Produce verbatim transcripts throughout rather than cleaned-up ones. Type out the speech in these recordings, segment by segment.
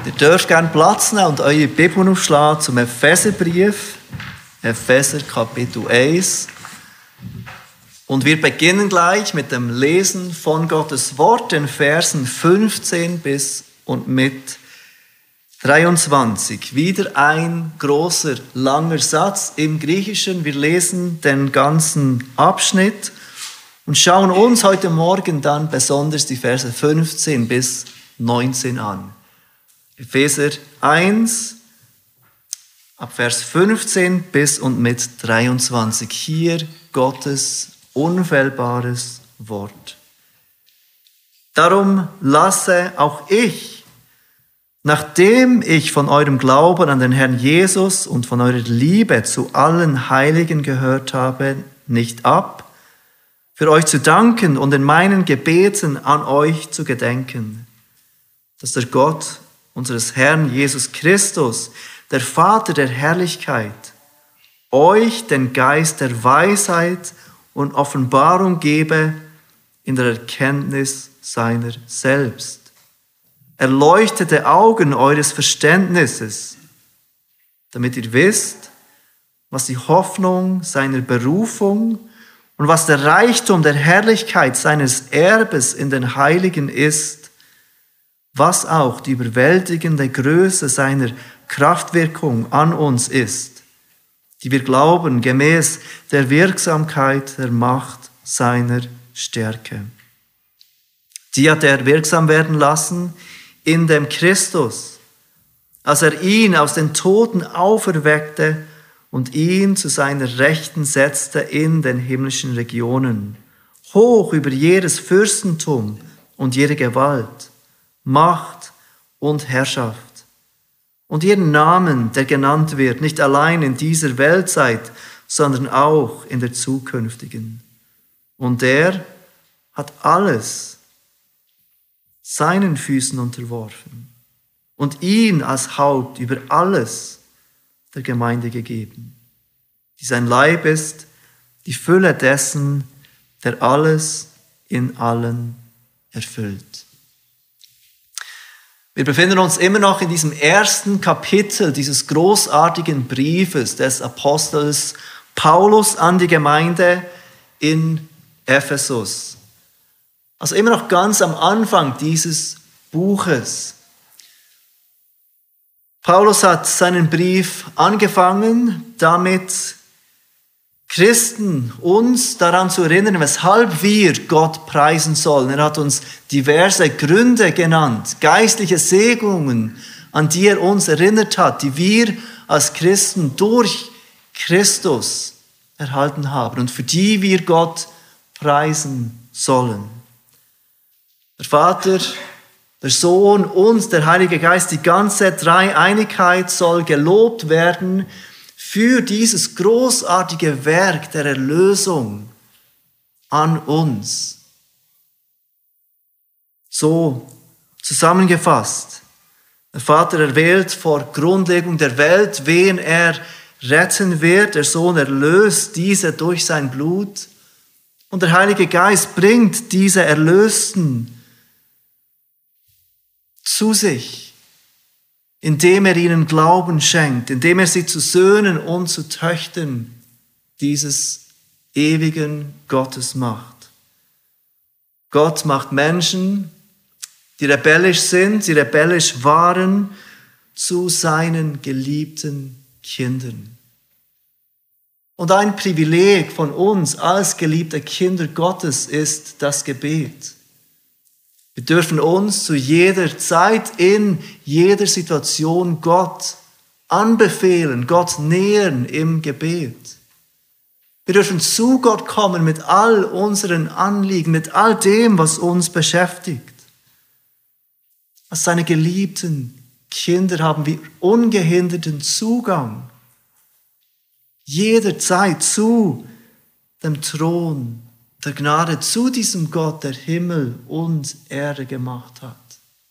Ihr dürft gerne Platz nehmen und eure Bibel aufschlagen zum Epheserbrief, Epheser Kapitel eins. Und wir beginnen gleich mit dem Lesen von Gottes Wort, den Versen fünfzehn bis und mit dreiundzwanzig. Wieder ein großer, langer Satz im Griechischen. Wir lesen den ganzen Abschnitt und schauen uns heute Morgen dann besonders die Verse fünfzehn bis neunzehn an. Epheser eins, ab Vers fünfzehn bis und mit dreiundzwanzig. Hier Gottes unfehlbares Wort. Darum lasse auch ich, nachdem ich von eurem Glauben an den Herrn Jesus und von eurer Liebe zu allen Heiligen gehört habe, nicht ab, für euch zu danken und in meinen Gebeten an euch zu gedenken, dass der Gott unseres Herrn Jesus Christus, der Vater der Herrlichkeit, euch den Geist der Weisheit und Offenbarung gebe in der Erkenntnis seiner selbst. Erleuchtete Augen eures Verständnisses, damit ihr wisst, was die Hoffnung seiner Berufung und was der Reichtum der Herrlichkeit seines Erbes in den Heiligen ist, was auch die überwältigende Größe seiner Kraftwirkung an uns ist, die wir glauben, gemäß der Wirksamkeit der Macht seiner Stärke. Die hat er wirksam werden lassen in dem Christus, als er ihn aus den Toten auferweckte und ihn zu seiner Rechten setzte in den himmlischen Regionen, hoch über jedes Fürstentum und jede Gewalt, Macht und Herrschaft. Und jeden Namen, der genannt wird, nicht allein in dieser Weltzeit, sondern auch in der zukünftigen. Und er hat alles seinen Füßen unterworfen und ihn als Haupt über alles der Gemeinde gegeben, die sein Leib ist, die Fülle dessen, der alles in allen erfüllt. Wir befinden uns immer noch in diesem ersten Kapitel dieses großartigen Briefes des Apostels Paulus an die Gemeinde in Ephesus. Also immer noch ganz am Anfang dieses Buches. Paulus hat seinen Brief angefangen, damit Christen uns daran zu erinnern, weshalb wir Gott preisen sollen. Er hat uns diverse Gründe genannt, geistliche Segnungen, an die er uns erinnert hat, die wir als Christen durch Christus erhalten haben und für die wir Gott preisen sollen. Der Vater, der Sohn und der Heilige Geist, die ganze Dreieinigkeit soll gelobt werden für dieses großartige Werk der Erlösung an uns. So zusammengefasst. Der Vater erwählt vor Grundlegung der Welt, wen er retten wird. Der Sohn erlöst diese durch sein Blut. Und der Heilige Geist bringt diese Erlösten zu sich, indem er ihnen Glauben schenkt, indem er sie zu Söhnen und zu Töchtern dieses ewigen Gottes macht. Gott macht Menschen, die rebellisch sind, die rebellisch waren, zu seinen geliebten Kindern. Und ein Privileg von uns als geliebte Kinder Gottes ist das Gebet. Wir dürfen uns zu jeder Zeit, in jeder Situation Gott anbefehlen, Gott nähern im Gebet. Wir dürfen zu Gott kommen mit all unseren Anliegen, mit all dem, was uns beschäftigt. Als seine geliebten Kinder haben wir ungehinderten Zugang jederzeit zu dem Thron der Gnade, zu diesem Gott, der Himmel und Erde gemacht hat.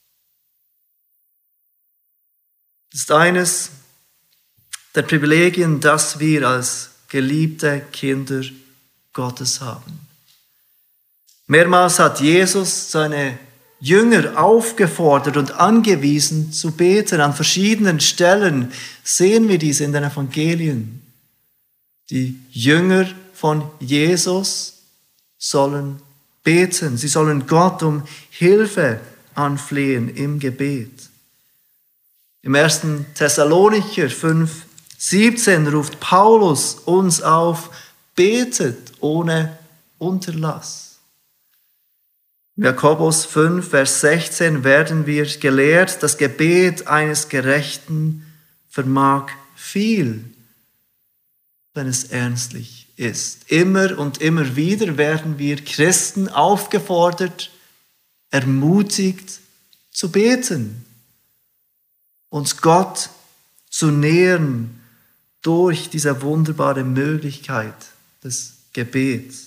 Das ist eines der Privilegien, das wir als geliebte Kinder Gottes haben. Mehrmals hat Jesus seine Jünger aufgefordert und angewiesen zu beten. An verschiedenen Stellen sehen wir dies in den Evangelien. Die Jünger von Jesus sollen beten. Sie sollen Gott um Hilfe anflehen im Gebet. Im ersten Thessalonicher fünf, siebzehn ruft Paulus uns auf, betet ohne Unterlass. In Jakobus fünf, Vers sechzehn werden wir gelehrt, das Gebet eines Gerechten vermag viel, wenn es ernstlich ist. Immer und immer wieder werden wir Christen aufgefordert, ermutigt zu beten, uns Gott zu nähern durch diese wunderbare Möglichkeit des Gebets.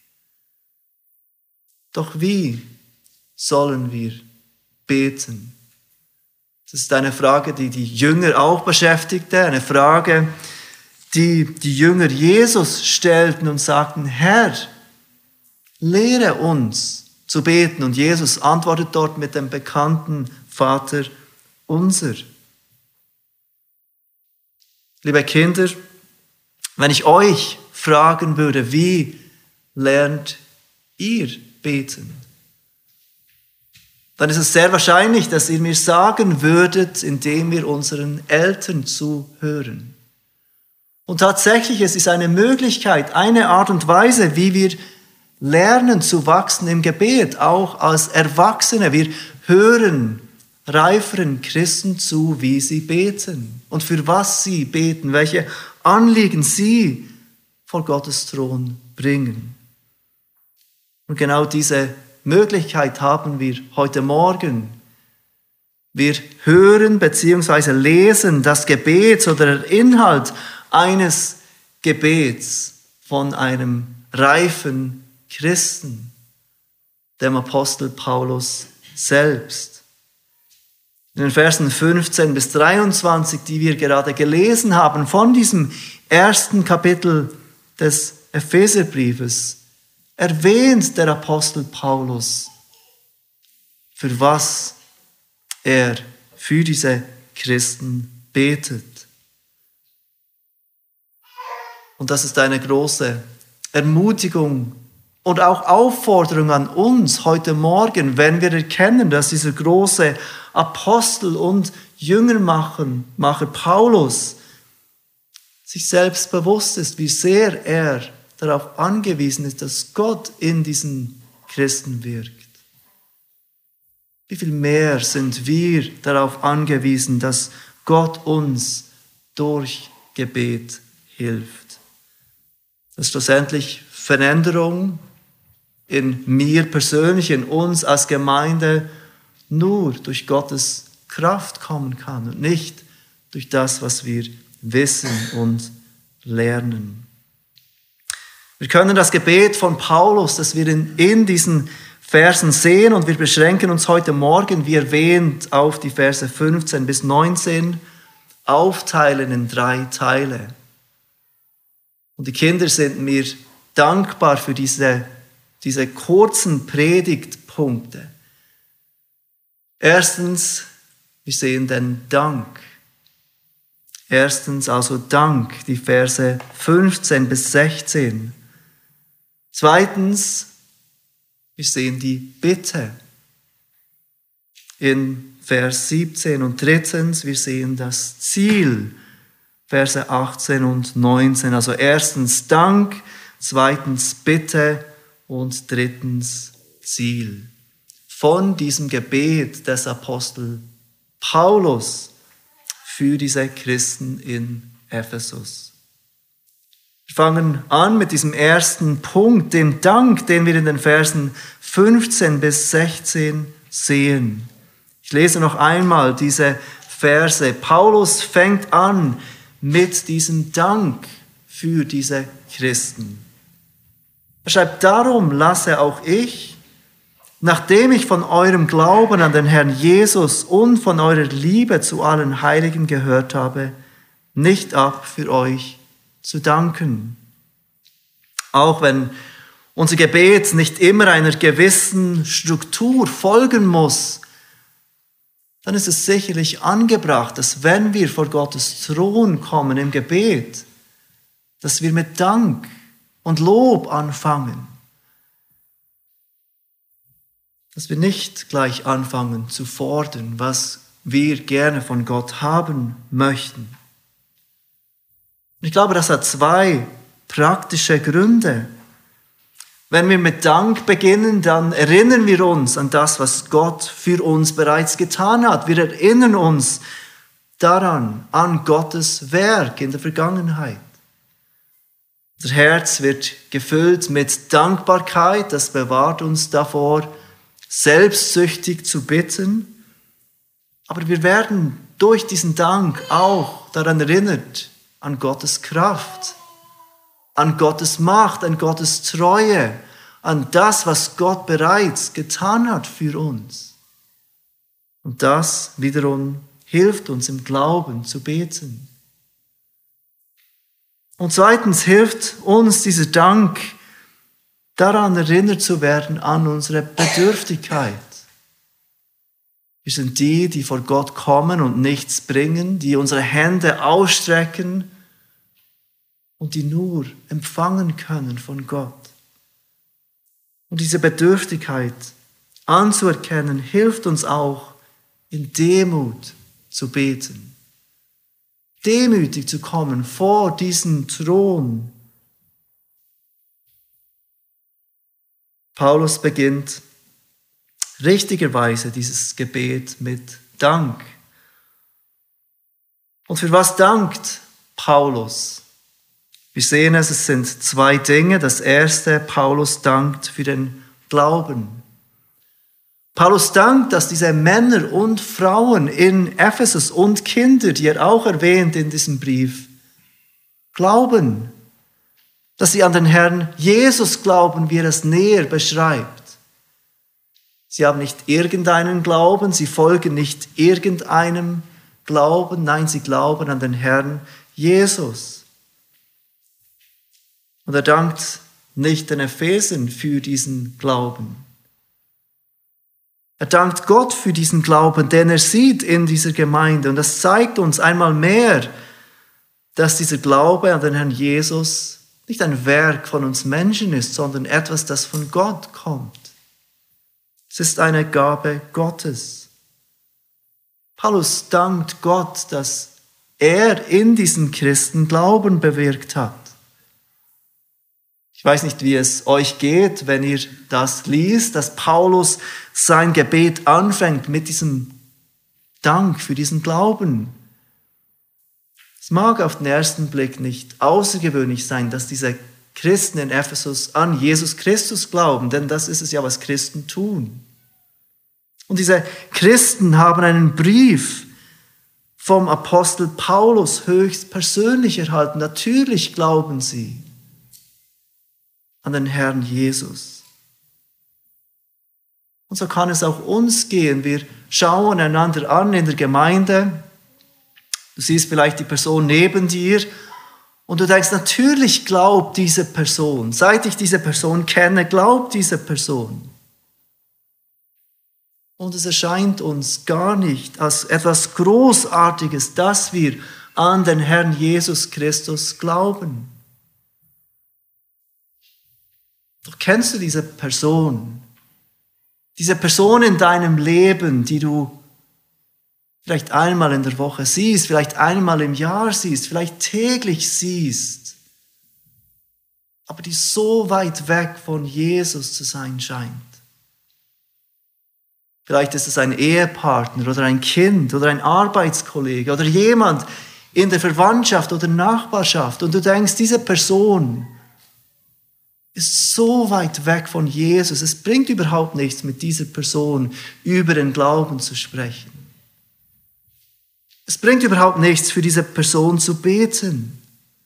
Doch wie sollen wir beten? Das ist eine Frage, die die Jünger auch beschäftigte, eine Frage, die die Jünger Jesus stellten und sagten, Herr, lehre uns zu beten. Und Jesus antwortet dort mit dem bekannten Vater unser. Liebe Kinder, wenn ich euch fragen würde, wie lernt ihr beten, dann ist es sehr wahrscheinlich, dass ihr mir sagen würdet, indem wir unseren Eltern zuhören. Und tatsächlich, es ist eine Möglichkeit, eine Art und Weise, wie wir lernen zu wachsen im Gebet, auch als Erwachsene. Wir hören reiferen Christen zu, wie sie beten und für was sie beten, welche Anliegen sie vor Gottes Thron bringen. Und genau diese Möglichkeit haben wir heute Morgen. Wir hören bzw. lesen das Gebet oder der Inhalt eines Gebets von einem reifen Christen, dem Apostel Paulus selbst. In den Versen fünfzehn bis dreiundzwanzig, die wir gerade gelesen haben, von diesem ersten Kapitel des Epheserbriefes, erwähnt der Apostel Paulus, für was er für diese Christen betet. Und das ist eine große Ermutigung und auch Aufforderung an uns heute Morgen, wenn wir erkennen, dass dieser große Apostel und Jüngermacher Paulus sich selbst bewusst ist, wie sehr er darauf angewiesen ist, dass Gott in diesen Christen wirkt. Wie viel mehr sind wir darauf angewiesen, dass Gott uns durch Gebet hilft. Dass schlussendlich Veränderung in mir persönlich, in uns als Gemeinde nur durch Gottes Kraft kommen kann und nicht durch das, was wir wissen und lernen. Wir können das Gebet von Paulus, das wir in, in diesen Versen sehen, und wir beschränken uns heute Morgen, wie erwähnt, auf die Verse fünfzehn bis neunzehn, aufteilen in drei Teile. Und die Kinder sind mir dankbar für diese, diese kurzen Predigtpunkte. Erstens, wir sehen den Dank. Erstens also Dank, die Verse fünfzehn bis sechzehn. Zweitens, wir sehen die Bitte in Vers siebzehn, und drittens, wir sehen das Ziel, Verse achtzehn und neunzehn. Also erstens Dank, zweitens Bitte und drittens Ziel. Von diesem Gebet des Apostel Paulus für diese Christen in Ephesus. Wir fangen an mit diesem ersten Punkt, dem Dank, den wir in den Versen fünfzehn bis sechzehn sehen. Ich lese noch einmal diese Verse. Paulus fängt an mit diesem Dank für diese Christen. Er schreibt, darum lasse auch ich, nachdem ich von eurem Glauben an den Herrn Jesus und von eurer Liebe zu allen Heiligen gehört habe, nicht ab, für euch zu danken. Auch wenn unser Gebet nicht immer einer gewissen Struktur folgen muss, dann ist es sicherlich angebracht, dass wenn wir vor Gottes Thron kommen im Gebet, dass wir mit Dank und Lob anfangen. Dass wir nicht gleich anfangen zu fordern, was wir gerne von Gott haben möchten. Ich glaube, das hat zwei praktische Gründe. Wenn wir mit Dank beginnen, dann erinnern wir uns an das, was Gott für uns bereits getan hat. Wir erinnern uns daran, an Gottes Werk in der Vergangenheit. Unser Herz wird gefüllt mit Dankbarkeit, das bewahrt uns davor, selbstsüchtig zu bitten. Aber wir werden durch diesen Dank auch daran erinnert, an Gottes Kraft, an Gottes Macht, an Gottes Treue, an das, was Gott bereits getan hat für uns. Und das wiederum hilft uns im Glauben zu beten. Und zweitens hilft uns dieser Dank, daran erinnert zu werden an unsere Bedürftigkeit. Wir sind die, die vor Gott kommen und nichts bringen, die unsere Hände ausstrecken und die nur empfangen können von Gott. Und diese Bedürftigkeit anzuerkennen, hilft uns auch, in Demut zu beten. Demütig zu kommen vor diesen Thron. Paulus beginnt richtigerweise dieses Gebet mit Dank. Und für was dankt Paulus? Wir sehen es, es sind zwei Dinge. Das erste, Paulus dankt für den Glauben. Paulus dankt, dass diese Männer und Frauen in Ephesus und Kinder, die er auch erwähnt in diesem Brief, glauben. Dass sie an den Herrn Jesus glauben, wie er es näher beschreibt. Sie haben nicht irgendeinen Glauben, sie folgen nicht irgendeinem Glauben, nein, sie glauben an den Herrn Jesus. Und er dankt nicht den Ephesern für diesen Glauben. Er dankt Gott für diesen Glauben, den er sieht in dieser Gemeinde. Und das zeigt uns einmal mehr, dass dieser Glaube an den Herrn Jesus nicht ein Werk von uns Menschen ist, sondern etwas, das von Gott kommt. Es ist eine Gabe Gottes. Paulus dankt Gott, dass er in diesen Christen Glauben bewirkt hat. Ich weiß nicht, wie es euch geht, wenn ihr das liest, dass Paulus sein Gebet anfängt mit diesem Dank für diesen Glauben. Es mag auf den ersten Blick nicht außergewöhnlich sein, dass diese Christen in Ephesus an Jesus Christus glauben, denn das ist es ja, was Christen tun. Und diese Christen haben einen Brief vom Apostel Paulus höchst persönlich erhalten. Natürlich glauben sie an den Herrn Jesus. Und so kann es auch uns gehen. Wir schauen einander an in der Gemeinde. Du siehst vielleicht die Person neben dir und du denkst, natürlich glaubt diese Person. Seit ich diese Person kenne, glaubt diese Person. Und es erscheint uns gar nicht als etwas Großartiges, dass wir an den Herrn Jesus Christus glauben. Doch kennst du diese Person? Diese Person in deinem Leben, die du vielleicht einmal in der Woche siehst, vielleicht einmal im Jahr siehst, vielleicht täglich siehst, aber die so weit weg von Jesus zu sein scheint. Vielleicht ist es ein Ehepartner oder ein Kind oder ein Arbeitskollege oder jemand in der Verwandtschaft oder Nachbarschaft und du denkst, diese Person ist so weit weg von Jesus. Es bringt überhaupt nichts, mit dieser Person über den Glauben zu sprechen. Es bringt überhaupt nichts, für diese Person zu beten.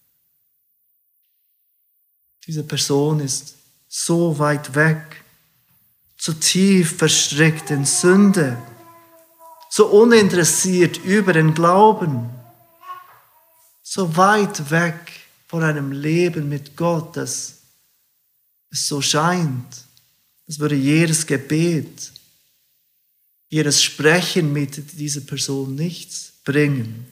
Diese Person ist so weit weg, so tief verstrickt in Sünde, so uninteressiert über den Glauben, so weit weg von einem Leben mit Gott, das es so scheint, als würde jedes Gebet, jedes Sprechen mit dieser Person nichts bringen.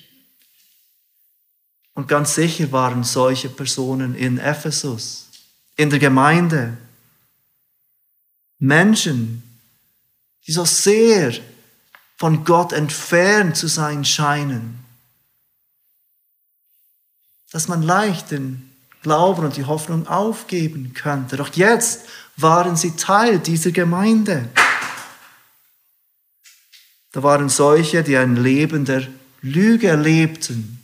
Und ganz sicher waren solche Personen in Ephesus, in der Gemeinde, Menschen, die so sehr von Gott entfernt zu sein scheinen, dass man leicht den Glauben und die Hoffnung aufgeben könnte. Doch jetzt waren sie Teil dieser Gemeinde. Da waren solche, die ein Leben der Lüge lebten.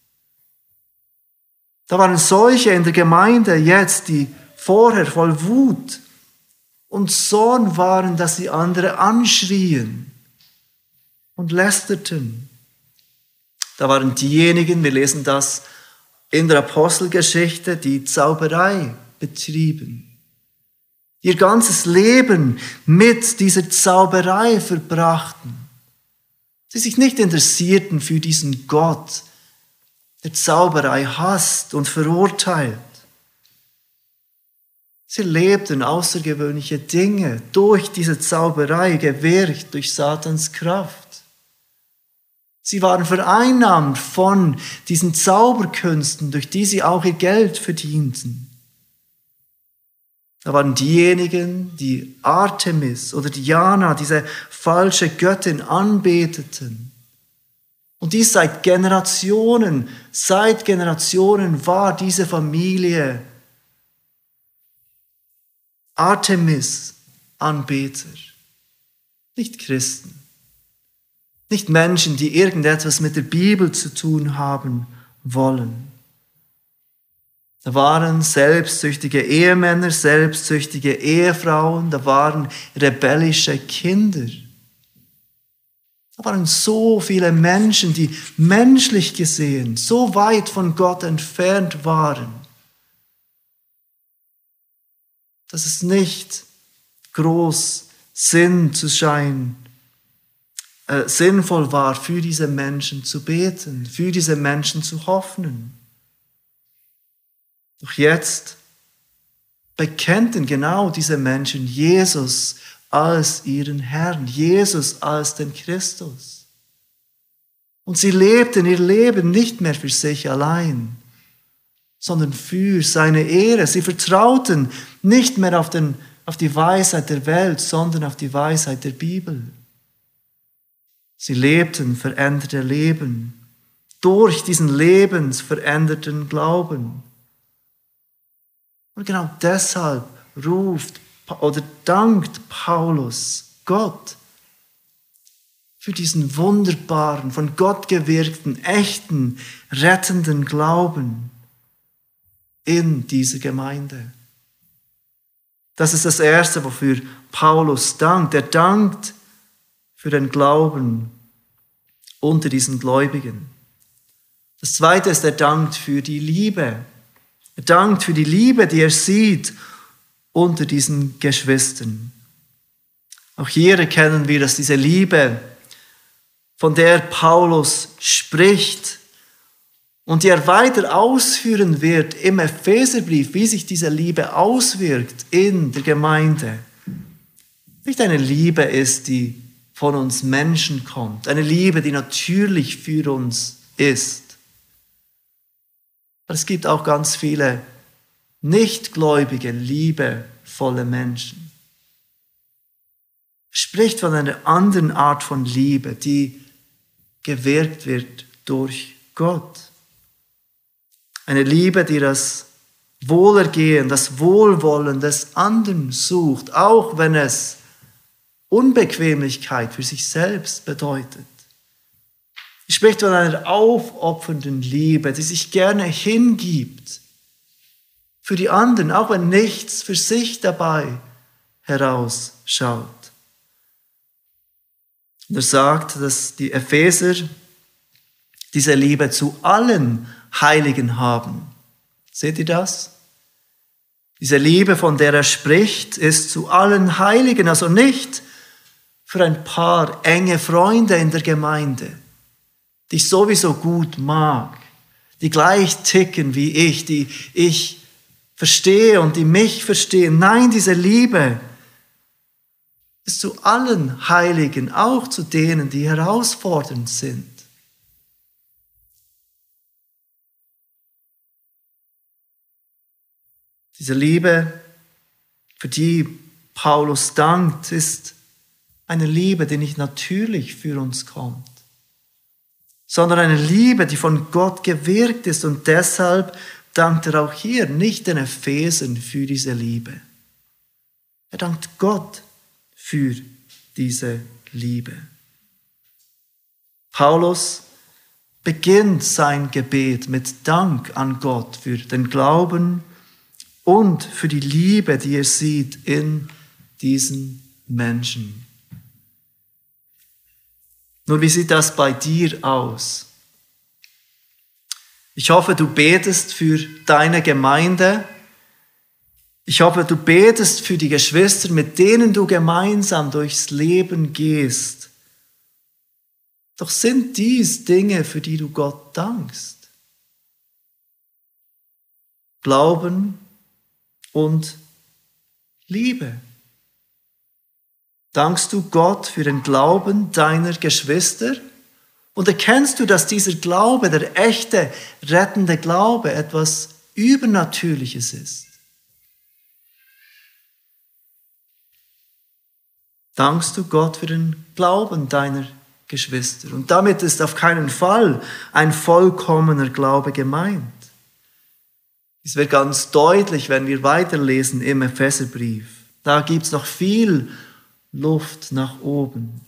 Da waren solche in der Gemeinde jetzt, die vorher voll Wut und Zorn waren, dass sie andere anschrien und lästerten. Da waren diejenigen, wir lesen das in der Apostelgeschichte, die Zauberei betrieben. Ihr ganzes Leben mit dieser Zauberei verbrachten. Sie sich nicht interessierten für diesen Gott, der Zauberei hasst und verurteilt. Sie lebten außergewöhnliche Dinge durch diese Zauberei, gewirkt durch Satans Kraft. Sie waren vereinnahmt von diesen Zauberkünsten, durch die sie auch ihr Geld verdienten. Da waren diejenigen, die Artemis oder Diana, diese falsche Göttin, anbeteten. Und dies seit Generationen, seit Generationen war diese Familie Artemis-Anbeter, nicht Christen, nicht Menschen, die irgendetwas mit der Bibel zu tun haben wollen. Da waren selbstsüchtige Ehemänner, selbstsüchtige Ehefrauen, da waren rebellische Kinder. Da waren so viele Menschen, die menschlich gesehen so weit von Gott entfernt waren, dass es nicht groß Sinn zu scheinen, äh, sinnvoll war, für diese Menschen zu beten, für diese Menschen zu hoffen. Doch jetzt bekannten genau diese Menschen Jesus als ihren Herrn, Jesus als den Christus. Und sie lebten ihr Leben nicht mehr für sich allein, sondern für seine Ehre. Sie vertrauten nicht mehr auf, den, auf die Weisheit der Welt, sondern auf die Weisheit der Bibel. Sie lebten veränderte Leben durch diesen lebensveränderten Glauben. Und genau deshalb ruft oder dankt Paulus Gott für diesen wunderbaren, von Gott gewirkten, echten, rettenden Glauben in dieser Gemeinde. Das ist das Erste, wofür Paulus dankt. Er dankt für den Glauben unter diesen Gläubigen. Das Zweite ist, er dankt für die Liebe. Er dankt für die Liebe, die er sieht unter diesen Geschwistern. Auch hier erkennen wir, dass diese Liebe, von der Paulus spricht und die er weiter ausführen wird im Epheserbrief, wie sich diese Liebe auswirkt in der Gemeinde, nicht eine Liebe ist, die von uns Menschen kommt, eine Liebe, die natürlich für uns ist. Aber es gibt auch ganz viele nichtgläubige, liebevolle Menschen. Er spricht von einer anderen Art von Liebe, die gewirkt wird durch Gott. Eine Liebe, die das Wohlergehen, das Wohlwollen des anderen sucht, auch wenn es Unbequemlichkeit für sich selbst bedeutet. Er spricht von einer aufopfernden Liebe, die sich gerne hingibt für die anderen, auch wenn nichts für sich dabei herausschaut. Und er sagt, dass die Epheser diese Liebe zu allen Heiligen haben. Seht ihr das? Diese Liebe, von der er spricht, ist zu allen Heiligen, also nicht für ein paar enge Freunde in der Gemeinde, die ich sowieso gut mag, die gleich ticken wie ich, die ich verstehe und die mich verstehen. Nein, diese Liebe ist zu allen Heiligen, auch zu denen, die herausfordernd sind. Diese Liebe, für die Paulus dankt, ist eine Liebe, die nicht natürlich für uns kommt, sondern eine Liebe, die von Gott gewirkt ist. Und deshalb dankt er auch hier nicht den Ephesern für diese Liebe. Er dankt Gott für diese Liebe. Paulus beginnt sein Gebet mit Dank an Gott für den Glauben und für die Liebe, die er sieht in diesen Menschen. Nun, wie sieht das bei dir aus? Ich hoffe, du betest für deine Gemeinde. Ich hoffe, du betest für die Geschwister, mit denen du gemeinsam durchs Leben gehst. Doch sind dies Dinge, für die du Gott dankst? Glauben und Liebe. Dankst du Gott für den Glauben deiner Geschwister? Und erkennst du, dass dieser Glaube, der echte, rettende Glaube, etwas Übernatürliches ist? Dankst du Gott für den Glauben deiner Geschwister? Und damit ist auf keinen Fall ein vollkommener Glaube gemeint. Es wird ganz deutlich, wenn wir weiterlesen im Epheserbrief. Da gibt es noch viel Luft nach oben.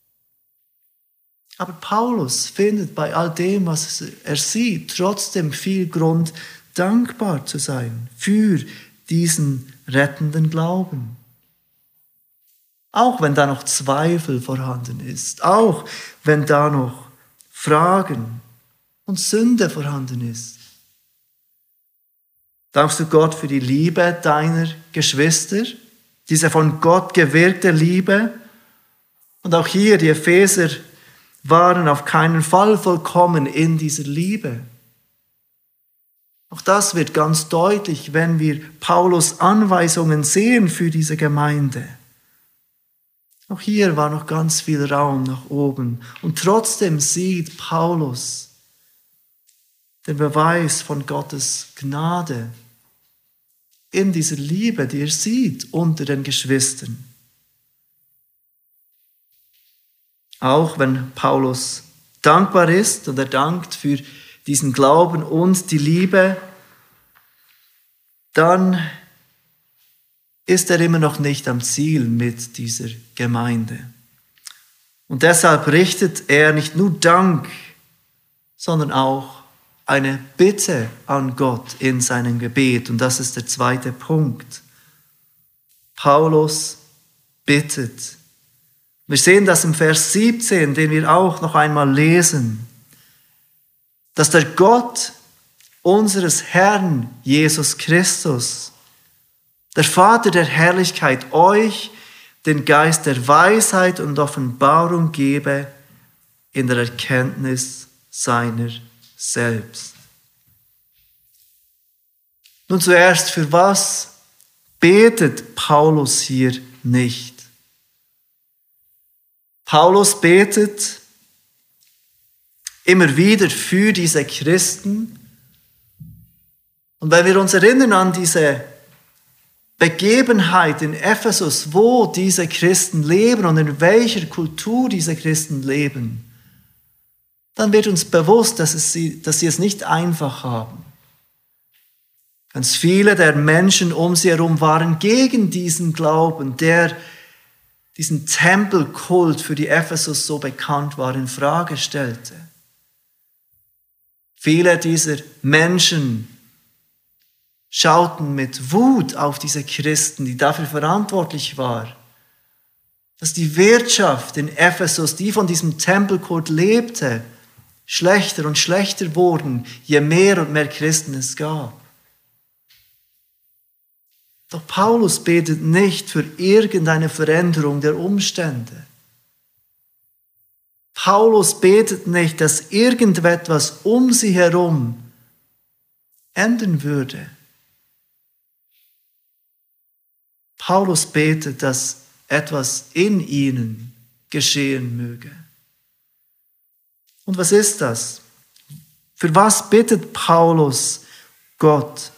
Aber Paulus findet bei all dem, was er sieht, trotzdem viel Grund, dankbar zu sein für diesen rettenden Glauben. Auch wenn da noch Zweifel vorhanden ist, auch wenn da noch Fragen und Sünde vorhanden ist. Dankst du Gott für die Liebe deiner Geschwister, diese von Gott gewirkte Liebe? Und auch hier, die Epheser waren auf keinen Fall vollkommen in dieser Liebe. Auch das wird ganz deutlich, wenn wir Paulus Anweisungen sehen für diese Gemeinde. Auch hier war noch ganz viel Raum nach oben. Und trotzdem sieht Paulus den Beweis von Gottes Gnade in dieser Liebe, die er sieht unter den Geschwistern. Auch wenn Paulus dankbar ist und er dankt für diesen Glauben und die Liebe, dann ist er immer noch nicht am Ziel mit dieser Gemeinde. Und deshalb richtet er nicht nur Dank, sondern auch eine Bitte an Gott in seinem Gebet. Und das ist der zweite Punkt. Paulus bittet. Wir sehen das im Vers siebzehn, den wir auch noch einmal lesen, dass der Gott unseres Herrn Jesus Christus, der Vater der Herrlichkeit, euch den Geist der Weisheit und Offenbarung gebe in der Erkenntnis seiner selbst. Nun zuerst, für was betet Paulus hier nicht? Paulus betet immer wieder für diese Christen. Und wenn wir uns erinnern an diese Begebenheit in Ephesus, wo diese Christen leben und in welcher Kultur diese Christen leben, dann wird uns bewusst, dass, es sie, dass sie es nicht einfach haben. Ganz viele der Menschen um sie herum waren gegen diesen Glauben, der diesen Tempelkult, für die Ephesus so bekannt war, in Frage stellte. Viele dieser Menschen schauten mit Wut auf diese Christen, die dafür verantwortlich waren, dass die Wirtschaft in Ephesus, die von diesem Tempelkult lebte, schlechter und schlechter wurden, je mehr und mehr Christen es gab. Doch Paulus betet nicht für irgendeine Veränderung der Umstände. Paulus betet nicht, dass irgendetwas um sie herum ändern würde. Paulus betet, dass etwas in ihnen geschehen möge. Und was ist das? Für was bittet Paulus Gott?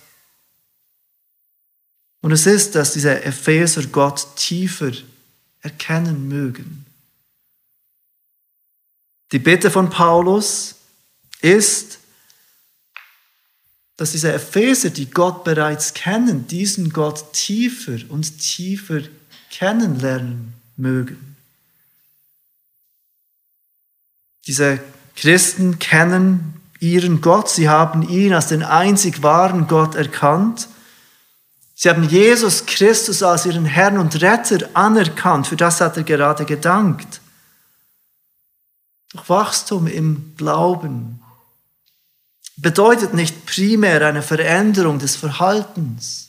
Und es ist, dass diese Epheser Gott tiefer erkennen mögen. Die Bitte von Paulus ist, dass diese Epheser, die Gott bereits kennen, diesen Gott tiefer und tiefer kennenlernen mögen. Diese Christen kennen ihren Gott, sie haben ihn als den einzig wahren Gott erkannt. Sie haben Jesus Christus als ihren Herrn und Retter anerkannt, für das hat er gerade gedankt. Doch Wachstum im Glauben bedeutet nicht primär eine Veränderung des Verhaltens,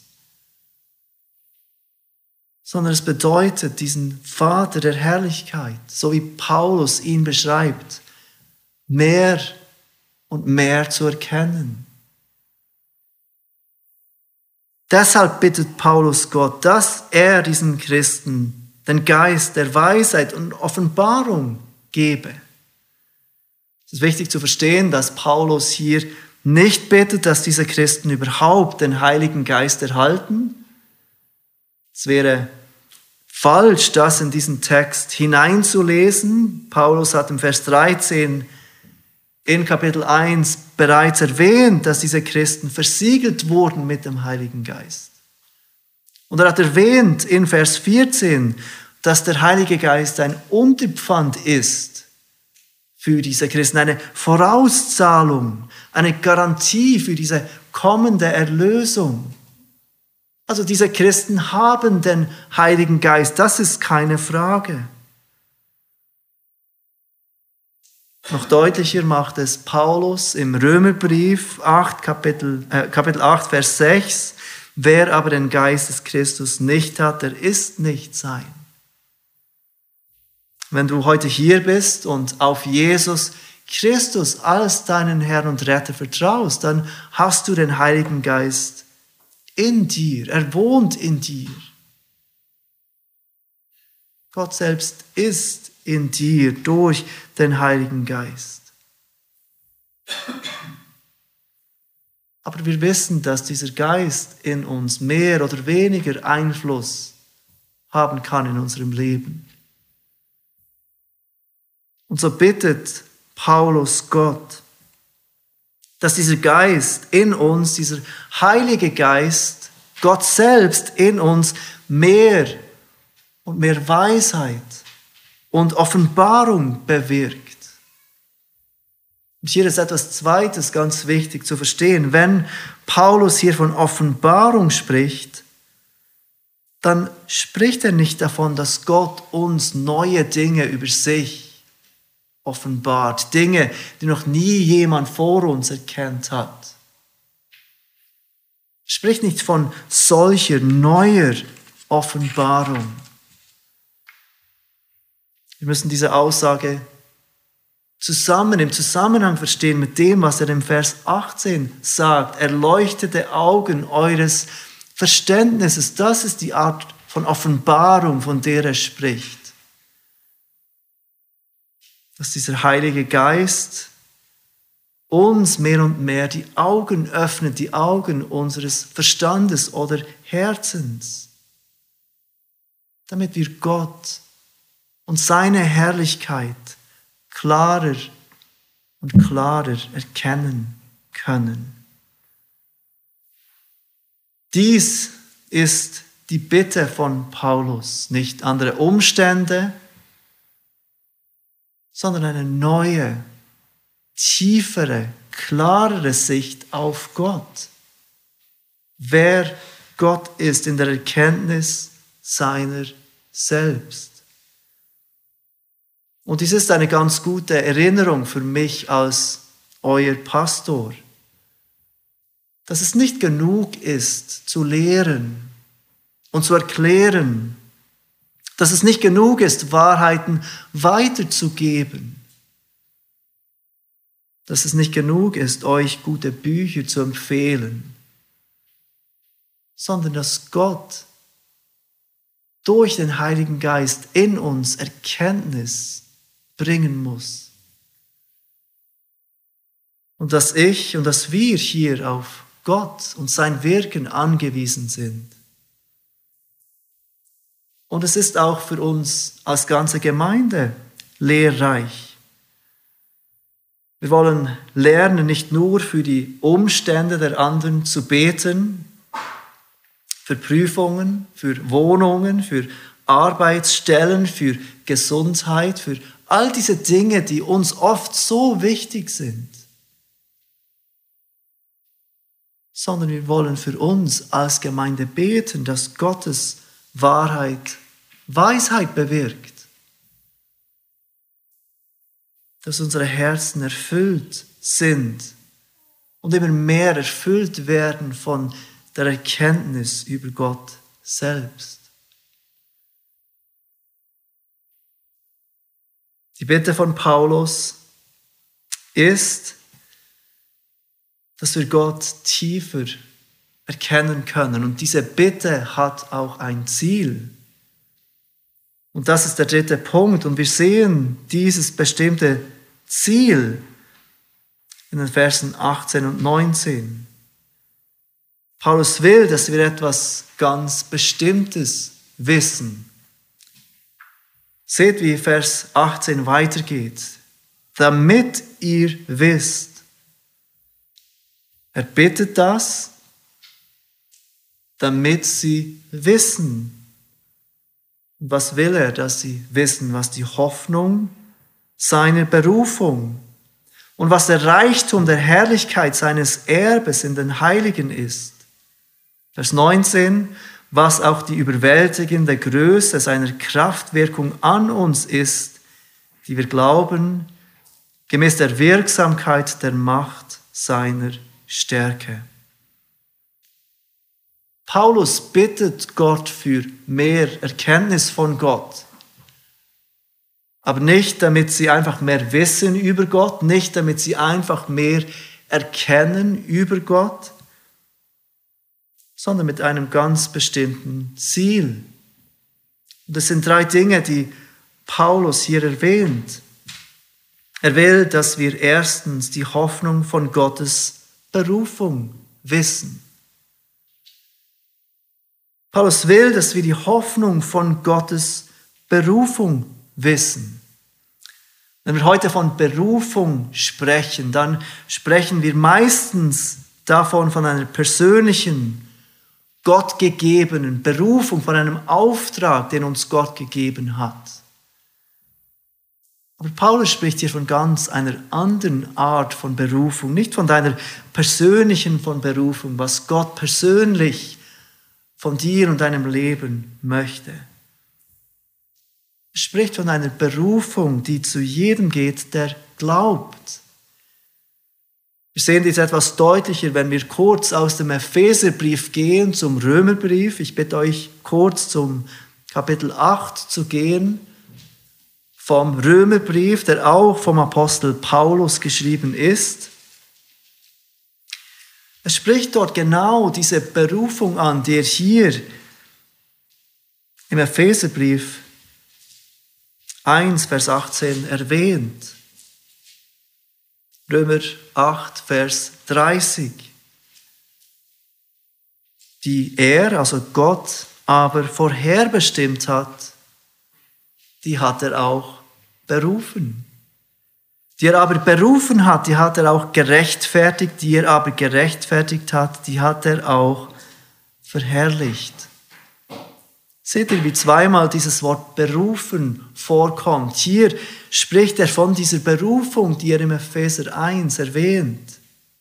sondern es bedeutet diesen Vater der Herrlichkeit, so wie Paulus ihn beschreibt, mehr und mehr zu erkennen. Deshalb bittet Paulus Gott, dass er diesen Christen den Geist der Weisheit und Offenbarung gebe. Es ist wichtig zu verstehen, dass Paulus hier nicht bittet, dass diese Christen überhaupt den Heiligen Geist erhalten. Es wäre falsch, das in diesen Text hineinzulesen. Paulus hat im Vers dreizehn in Kapitel eins bereits erwähnt, dass diese Christen versiegelt wurden mit dem Heiligen Geist. Und er hat erwähnt in Vers vierzehn, dass der Heilige Geist ein Unterpfand ist für diese Christen, eine Vorauszahlung, eine Garantie für diese kommende Erlösung. Also diese Christen haben den Heiligen Geist, das ist keine Frage. Noch deutlicher macht es Paulus im Römerbrief acht, Kapitel, äh, Kapitel acht, Vers sechs. Wer aber den Geist des Christus nicht hat, der ist nicht sein. Wenn du heute hier bist und auf Jesus Christus als deinen Herrn und Retter vertraust, dann hast du den Heiligen Geist in dir. Er wohnt in dir. Gott selbst ist in dir durch den Heiligen Geist. Aber wir wissen, dass dieser Geist in uns mehr oder weniger Einfluss haben kann in unserem Leben. Und so bittet Paulus Gott, dass dieser Geist in uns, dieser Heilige Geist, Gott selbst in uns mehr und mehr Weisheit und Offenbarung bewirkt. Und hier ist etwas Zweites ganz wichtig zu verstehen. Wenn Paulus hier von Offenbarung spricht, dann spricht er nicht davon, dass Gott uns neue Dinge über sich offenbart. Dinge, die noch nie jemand vor uns erkannt hat. Er spricht nicht von solcher neuer Offenbarung. Wir müssen diese Aussage zusammen, im Zusammenhang verstehen mit dem, was er im Vers achtzehn sagt. Erleuchtete Augen eures Verständnisses. Das ist die Art von Offenbarung, von der er spricht. Dass dieser Heilige Geist uns mehr und mehr die Augen öffnet, die Augen unseres Verstandes oder Herzens, damit wir Gott und seine Herrlichkeit klarer und klarer erkennen können. Dies ist die Bitte von Paulus, nicht andere Umstände, sondern eine neue, tiefere, klarere Sicht auf Gott. Wer Gott ist in der Erkenntnis seiner selbst. Und dies ist eine ganz gute Erinnerung für mich als euer Pastor, dass es nicht genug ist, zu lehren und zu erklären, dass es nicht genug ist, Wahrheiten weiterzugeben, dass es nicht genug ist, euch gute Bücher zu empfehlen, sondern dass Gott durch den Heiligen Geist in uns Erkenntnis bringen muss. Und dass ich und dass wir hier auf Gott und sein Wirken angewiesen sind. Und es ist auch für uns als ganze Gemeinde lehrreich. Wir wollen lernen, nicht nur für die Umstände der anderen zu beten, für Prüfungen, für Wohnungen, für Arbeitsstellen, für Gesundheit, für all diese Dinge, die uns oft so wichtig sind. Sondern wir wollen für uns als Gemeinde beten, dass Gottes Wahrheit Weisheit bewirkt. Dass unsere Herzen erfüllt sind und immer mehr erfüllt werden von der Erkenntnis über Gott selbst. Die Bitte von Paulus ist, dass wir Gott tiefer erkennen können. Und diese Bitte hat auch ein Ziel. Und das ist der dritte Punkt. Und wir sehen dieses bestimmte Ziel in den Versen achtzehn und neunzehn. Paulus will, dass wir etwas ganz Bestimmtes wissen. Seht, wie Vers achtzehn weitergeht. Damit ihr wisst. Er bittet das, damit sie wissen. Und was will er, dass sie wissen? Was die Hoffnung seiner Berufung und was der Reichtum der Herrlichkeit seines Erbes in den Heiligen ist. Vers neunzehn, was auch die überwältigende Größe seiner Kraftwirkung an uns ist, die wir glauben, gemäß der Wirksamkeit der Macht seiner Stärke. Paulus bittet Gott für mehr Erkenntnis von Gott. Aber nicht, damit sie einfach mehr wissen über Gott, nicht, damit sie einfach mehr erkennen über Gott, sondern mit einem ganz bestimmten Ziel. Und das sind drei Dinge, die Paulus hier erwähnt. Er will, dass wir erstens die Hoffnung von Gottes Berufung wissen. Paulus will, dass wir die Hoffnung von Gottes Berufung wissen. Wenn wir heute von Berufung sprechen, dann sprechen wir meistens davon von einer persönlichen, gottgegebenen Berufung, von einem Auftrag, den uns Gott gegeben hat. Aber Paulus spricht hier von ganz einer anderen Art von Berufung, nicht von deiner persönlichen von Berufung, was Gott persönlich von dir und deinem Leben möchte. Er spricht von einer Berufung, die zu jedem geht, der glaubt. Wir sehen dies etwas deutlicher, wenn wir kurz aus dem Epheserbrief gehen zum Römerbrief. Ich bitte euch, kurz zum Kapitel acht zu gehen, vom Römerbrief, der auch vom Apostel Paulus geschrieben ist. Er spricht dort genau diese Berufung an, die er hier im Epheserbrief eins, Vers achtzehn erwähnt. Römer acht, Vers dreißig. Die er, also Gott, aber vorherbestimmt hat, die hat er auch berufen. Die er aber berufen hat, die hat er auch gerechtfertigt. Die er aber gerechtfertigt hat, die hat er auch verherrlicht. Seht ihr, wie zweimal dieses Wort berufen vorkommt. Hier spricht er von dieser Berufung, die er im Epheser eins erwähnt.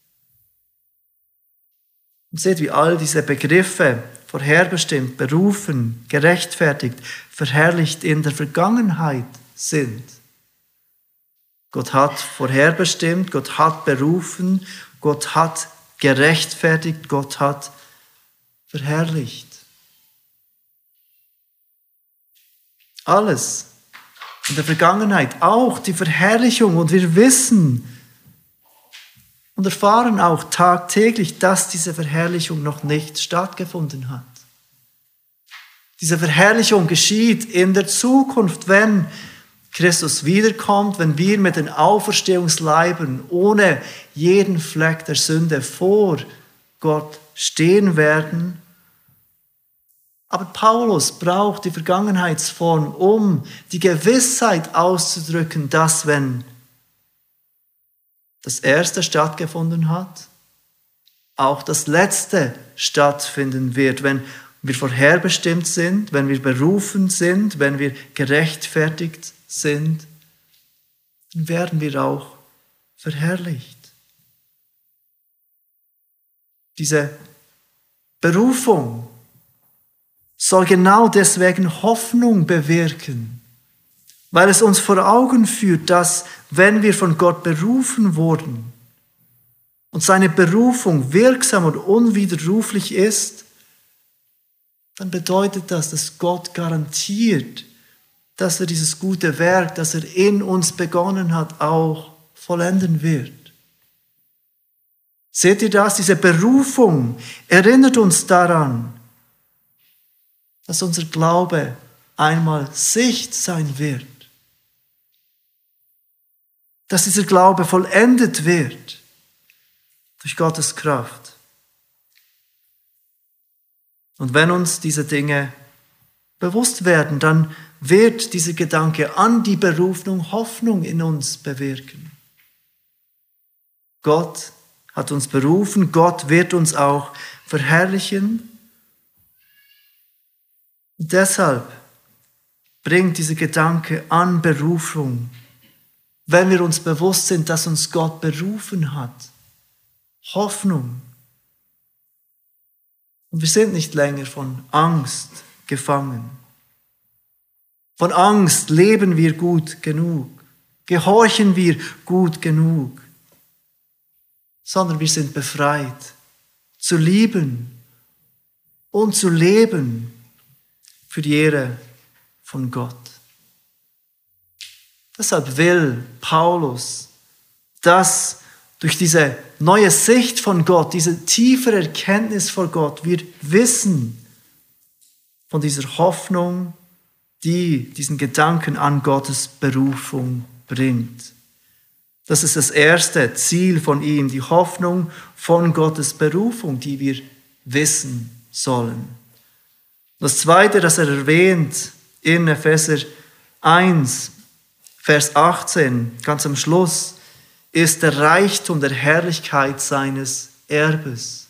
Und seht, wie all diese Begriffe vorherbestimmt, berufen, gerechtfertigt, verherrlicht in der Vergangenheit sind. Gott hat vorherbestimmt, Gott hat berufen, Gott hat gerechtfertigt, Gott hat verherrlicht. Alles in der Vergangenheit, auch die Verherrlichung. Und wir wissen und erfahren auch tagtäglich, dass diese Verherrlichung noch nicht stattgefunden hat. Diese Verherrlichung geschieht in der Zukunft, wenn Christus wiederkommt, wenn wir mit den Auferstehungsleibern ohne jeden Fleck der Sünde vor Gott stehen werden. Aber Paulus braucht die Vergangenheitsform, um die Gewissheit auszudrücken, dass wenn das Erste stattgefunden hat, auch das Letzte stattfinden wird. Wenn wir vorherbestimmt sind, wenn wir berufen sind, wenn wir gerechtfertigt sind, dann werden wir auch verherrlicht. Diese Berufung soll genau deswegen Hoffnung bewirken, weil es uns vor Augen führt, dass wenn wir von Gott berufen wurden und seine Berufung wirksam und unwiderruflich ist, dann bedeutet das, dass Gott garantiert, dass er dieses gute Werk, das er in uns begonnen hat, auch vollenden wird. Seht ihr das? Diese Berufung erinnert uns daran, dass unser Glaube einmal Sicht sein wird. Dass dieser Glaube vollendet wird durch Gottes Kraft. Und wenn uns diese Dinge bewusst werden, dann wird dieser Gedanke an die Berufung Hoffnung in uns bewirken. Gott hat uns berufen, Gott wird uns auch verherrlichen. Und deshalb bringt dieser Gedanke an Berufung, wenn wir uns bewusst sind, dass uns Gott berufen hat, Hoffnung. Und wir sind nicht länger von Angst gefangen. Von Angst leben wir gut genug, gehorchen wir gut genug, sondern wir sind befreit, zu lieben und zu leben für die Ehre von Gott. Deshalb will Paulus, dass durch diese neue Sicht von Gott, diese tiefere Erkenntnis vor Gott, wir wissen von dieser Hoffnung, die diesen Gedanken an Gottes Berufung bringt. Das ist das erste Ziel von ihm, die Hoffnung von Gottes Berufung, die wir wissen sollen. Das zweite, das er erwähnt in Epheser eins, Vers achtzehn, ganz am Schluss, ist der Reichtum der Herrlichkeit seines Erbes.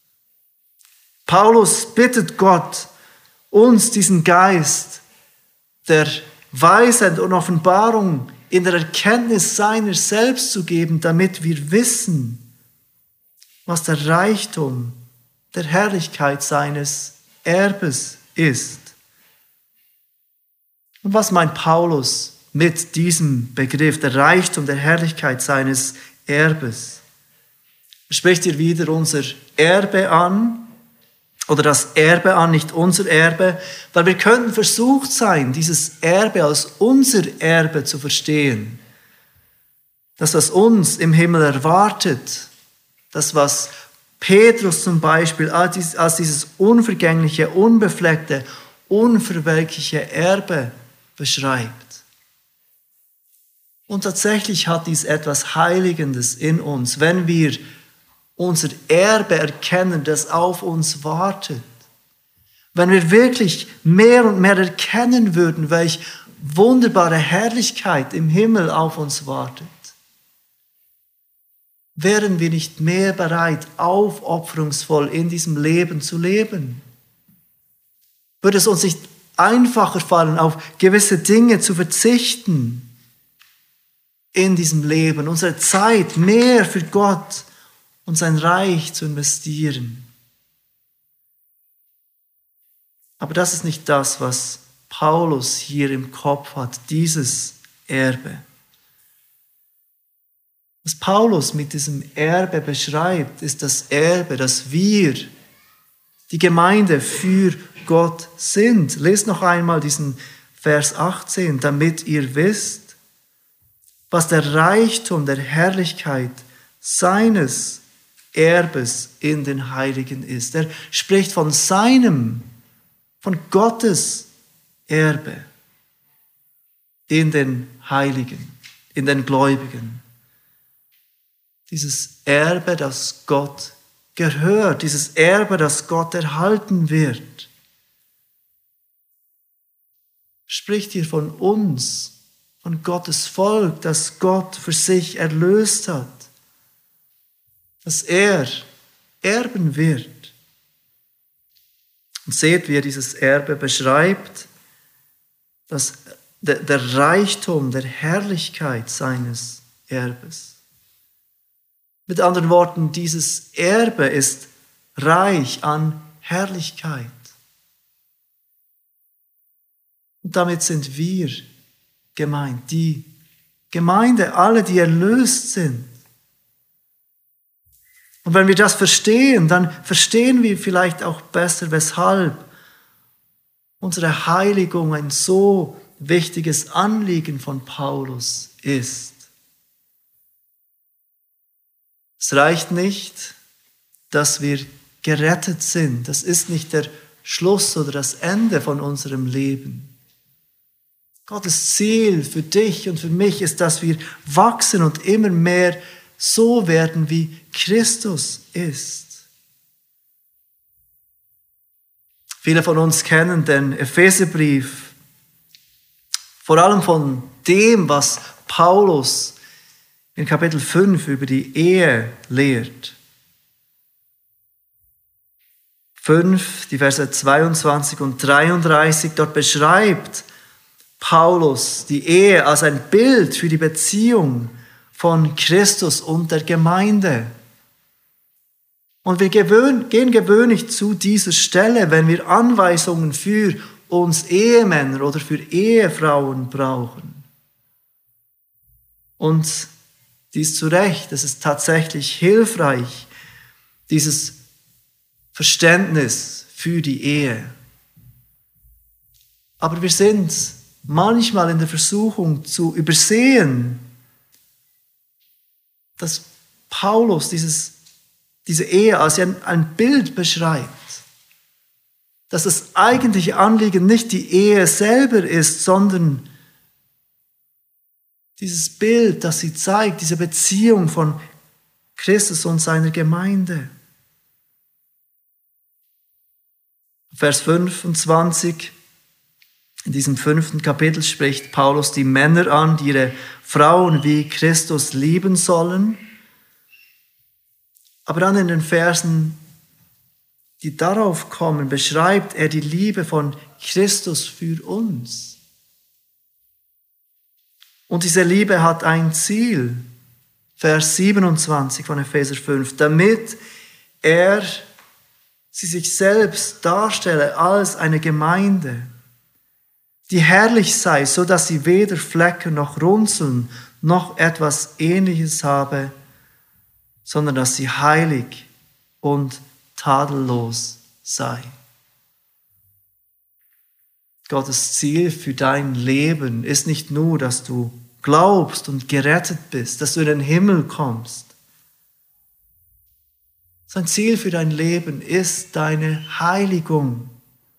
Paulus bittet Gott, uns diesen Geist der Weisheit und Offenbarung in der Erkenntnis seiner selbst zu geben, damit wir wissen, was der Reichtum der Herrlichkeit seines Erbes ist. Und was meint Paulus mit diesem Begriff, der Reichtum der Herrlichkeit seines Erbes? Er spricht hier wieder unser Erbe an, oder das Erbe an, nicht unser Erbe, weil wir könnten versucht sein, dieses Erbe als unser Erbe zu verstehen. Das, was uns im Himmel erwartet, das, was Petrus zum Beispiel als dieses unvergängliche, unbefleckte, unverwelkliche Erbe beschreibt. Und tatsächlich hat dies etwas Heiligendes in uns, wenn wir unser Erbe erkennen, das auf uns wartet. Wenn wir wirklich mehr und mehr erkennen würden, welche wunderbare Herrlichkeit im Himmel auf uns wartet, wären wir nicht mehr bereit, aufopferungsvoll in diesem Leben zu leben? Würde es uns nicht einfacher fallen, auf gewisse Dinge zu verzichten in diesem Leben, unsere Zeit mehr für Gott und sein Reich zu investieren? Aber das ist nicht das, was Paulus hier im Kopf hat, dieses Erbe. Was Paulus mit diesem Erbe beschreibt, ist das Erbe, dass wir, die Gemeinde, für Gott sind. Lest noch einmal diesen Vers achtzehn, damit ihr wisst, was der Reichtum der Herrlichkeit seines Erbes in den Heiligen ist. Er spricht von seinem von Gottes Erbe in den Heiligen, in den Gläubigen. Dieses Erbe, das Gott gehört, dieses Erbe, das Gott erhalten wird. Spricht hier von uns, von Gottes Volk, das Gott für sich erlöst hat, dass er erben wird. Und seht, wie er dieses Erbe beschreibt, dass der, der Reichtum der Herrlichkeit seines Erbes. Mit anderen Worten, dieses Erbe ist reich an Herrlichkeit. Und damit sind wir gemeint, die Gemeinde, alle, die erlöst sind. Und wenn wir das verstehen, dann verstehen wir vielleicht auch besser, weshalb unsere Heiligung ein so wichtiges Anliegen von Paulus ist. Es reicht nicht, dass wir gerettet sind. Das ist nicht der Schluss oder das Ende von unserem Leben. Gottes Ziel für dich und für mich ist, dass wir wachsen und immer mehr so werden, wie Christus ist. Viele von uns kennen den Epheserbrief, vor allem von dem, was Paulus in Kapitel fünf über die Ehe lehrt. fünf, die Verse zweiundzwanzig und dreiunddreißig, dort beschreibt Paulus die Ehe als ein Bild für die Beziehung von Christus und der Gemeinde. Und wir gewöhn, gehen gewöhnlich zu dieser Stelle, wenn wir Anweisungen für uns Ehemänner oder für Ehefrauen brauchen. Und dies zu Recht, es ist tatsächlich hilfreich, dieses Verständnis für die Ehe. Aber wir sind manchmal in der Versuchung zu übersehen, dass Paulus dieses, diese Ehe als ein, ein Bild beschreibt. Dass das eigentliche Anliegen nicht die Ehe selber ist, sondern dieses Bild, das sie zeigt, diese Beziehung von Christus und seiner Gemeinde. Vers fünfundzwanzig, in diesem fünften Kapitel spricht Paulus die Männer an, die ihre Frauen wie Christus lieben sollen. Aber dann in den Versen, die darauf kommen, beschreibt er die Liebe von Christus für uns. Und diese Liebe hat ein Ziel. Vers siebenundzwanzig von Epheser fünf, damit er sie sich selbst darstelle als eine Gemeinde, die herrlich sei, so dass sie weder Flecken noch Runzeln noch etwas Ähnliches habe, sondern dass sie heilig und tadellos sei. Gottes Ziel für dein Leben ist nicht nur, dass du glaubst und gerettet bist, dass du in den Himmel kommst. Sein Ziel für dein Leben ist deine Heiligung.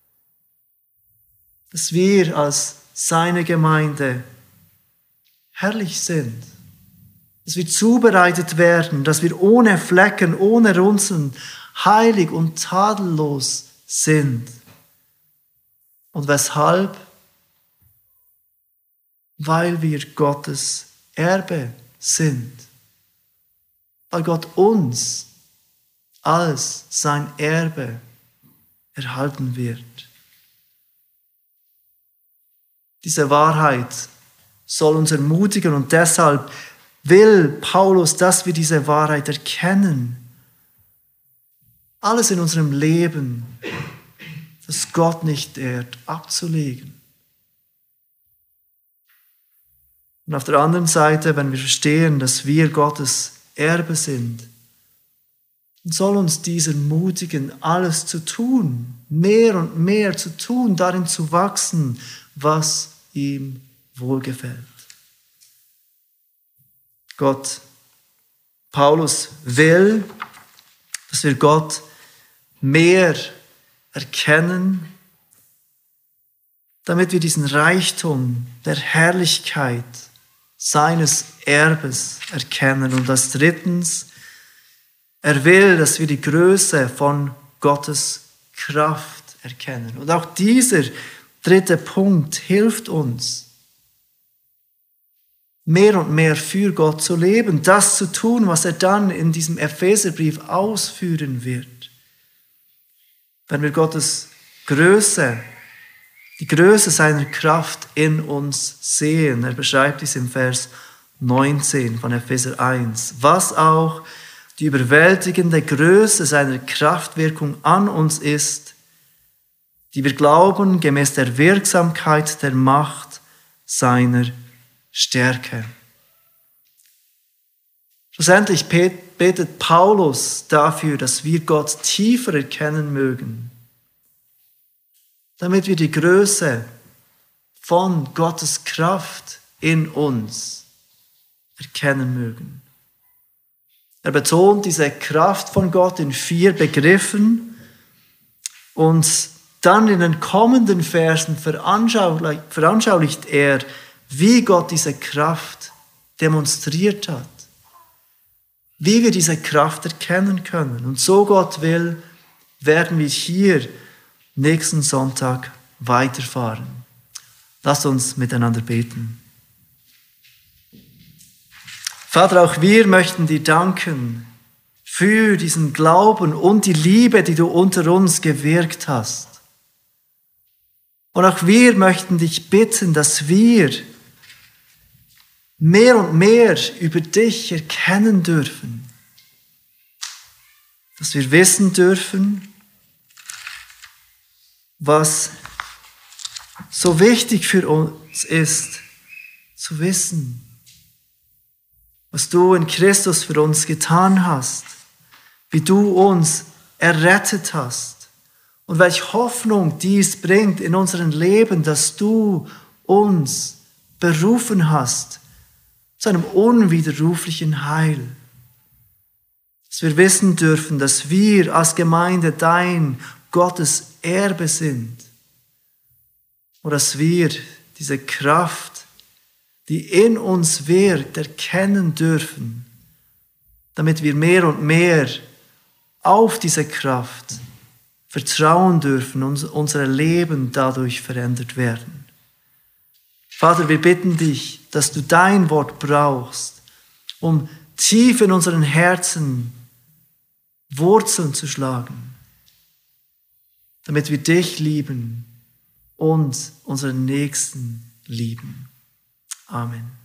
Dass wir als seine Gemeinde herrlich sind. Dass wir zubereitet werden, dass wir ohne Flecken, ohne Runzeln, heilig und tadellos sind. Und weshalb? Weil wir Gottes Erbe sind. Weil Gott uns als sein Erbe erhalten wird. Diese Wahrheit soll uns ermutigen und deshalb will Paulus, dass wir diese Wahrheit erkennen. Alles in unserem Leben, das Gott nicht ehrt, abzulegen. Und auf der anderen Seite, wenn wir verstehen, dass wir Gottes Erbe sind, dann soll uns dies ermutigen, alles zu tun, mehr und mehr zu tun, darin zu wachsen, was ihm wohlgefällt. Gott, Paulus will, dass wir Gott mehr erkennen, damit wir diesen Reichtum der Herrlichkeit seines Erbes erkennen. Und als drittens, er will, dass wir die Größe von Gottes Kraft erkennen. Und auch dieser dritte Punkt hilft uns, mehr und mehr für Gott zu leben, das zu tun, was er dann in diesem Epheserbrief ausführen wird. Wenn wir Gottes Größe, die Größe seiner Kraft in uns sehen. Er beschreibt dies im Vers neunzehn von Epheser eins. Was auch die überwältigende Größe seiner Kraftwirkung an uns ist, die wir glauben, gemäß der Wirksamkeit der Macht seiner Stärke. Schlussendlich betet Paulus dafür, dass wir Gott tiefer erkennen mögen, damit wir die Größe von Gottes Kraft in uns erkennen mögen. Er betont diese Kraft von Gott in vier Begriffen und dann in den kommenden Versen veranschaulicht, veranschaulicht er, wie Gott diese Kraft demonstriert hat, wie wir diese Kraft erkennen können. Und so Gott will, werden wir hier nächsten Sonntag weiterfahren. Lasst uns miteinander beten. Vater, auch wir möchten dir danken für diesen Glauben und die Liebe, die du unter uns gewirkt hast. Und auch wir möchten dich bitten, dass wir mehr und mehr über dich erkennen dürfen. Dass wir wissen dürfen, was so wichtig für uns ist, zu wissen, was du in Christus für uns getan hast, wie du uns errettet hast und welche Hoffnung dies bringt in unserem Leben, dass du uns berufen hast zu einem unwiderruflichen Heil. Dass wir wissen dürfen, dass wir als Gemeinde dein Gottes Erbe sind und dass wir diese Kraft, die in uns wirkt, erkennen dürfen, damit wir mehr und mehr auf diese Kraft vertrauen dürfen und unser Leben dadurch verändert werden. Vater, wir bitten dich, dass du dein Wort brauchst, um tief in unseren Herzen Wurzeln zu schlagen, damit wir dich lieben und unseren Nächsten lieben. Amen.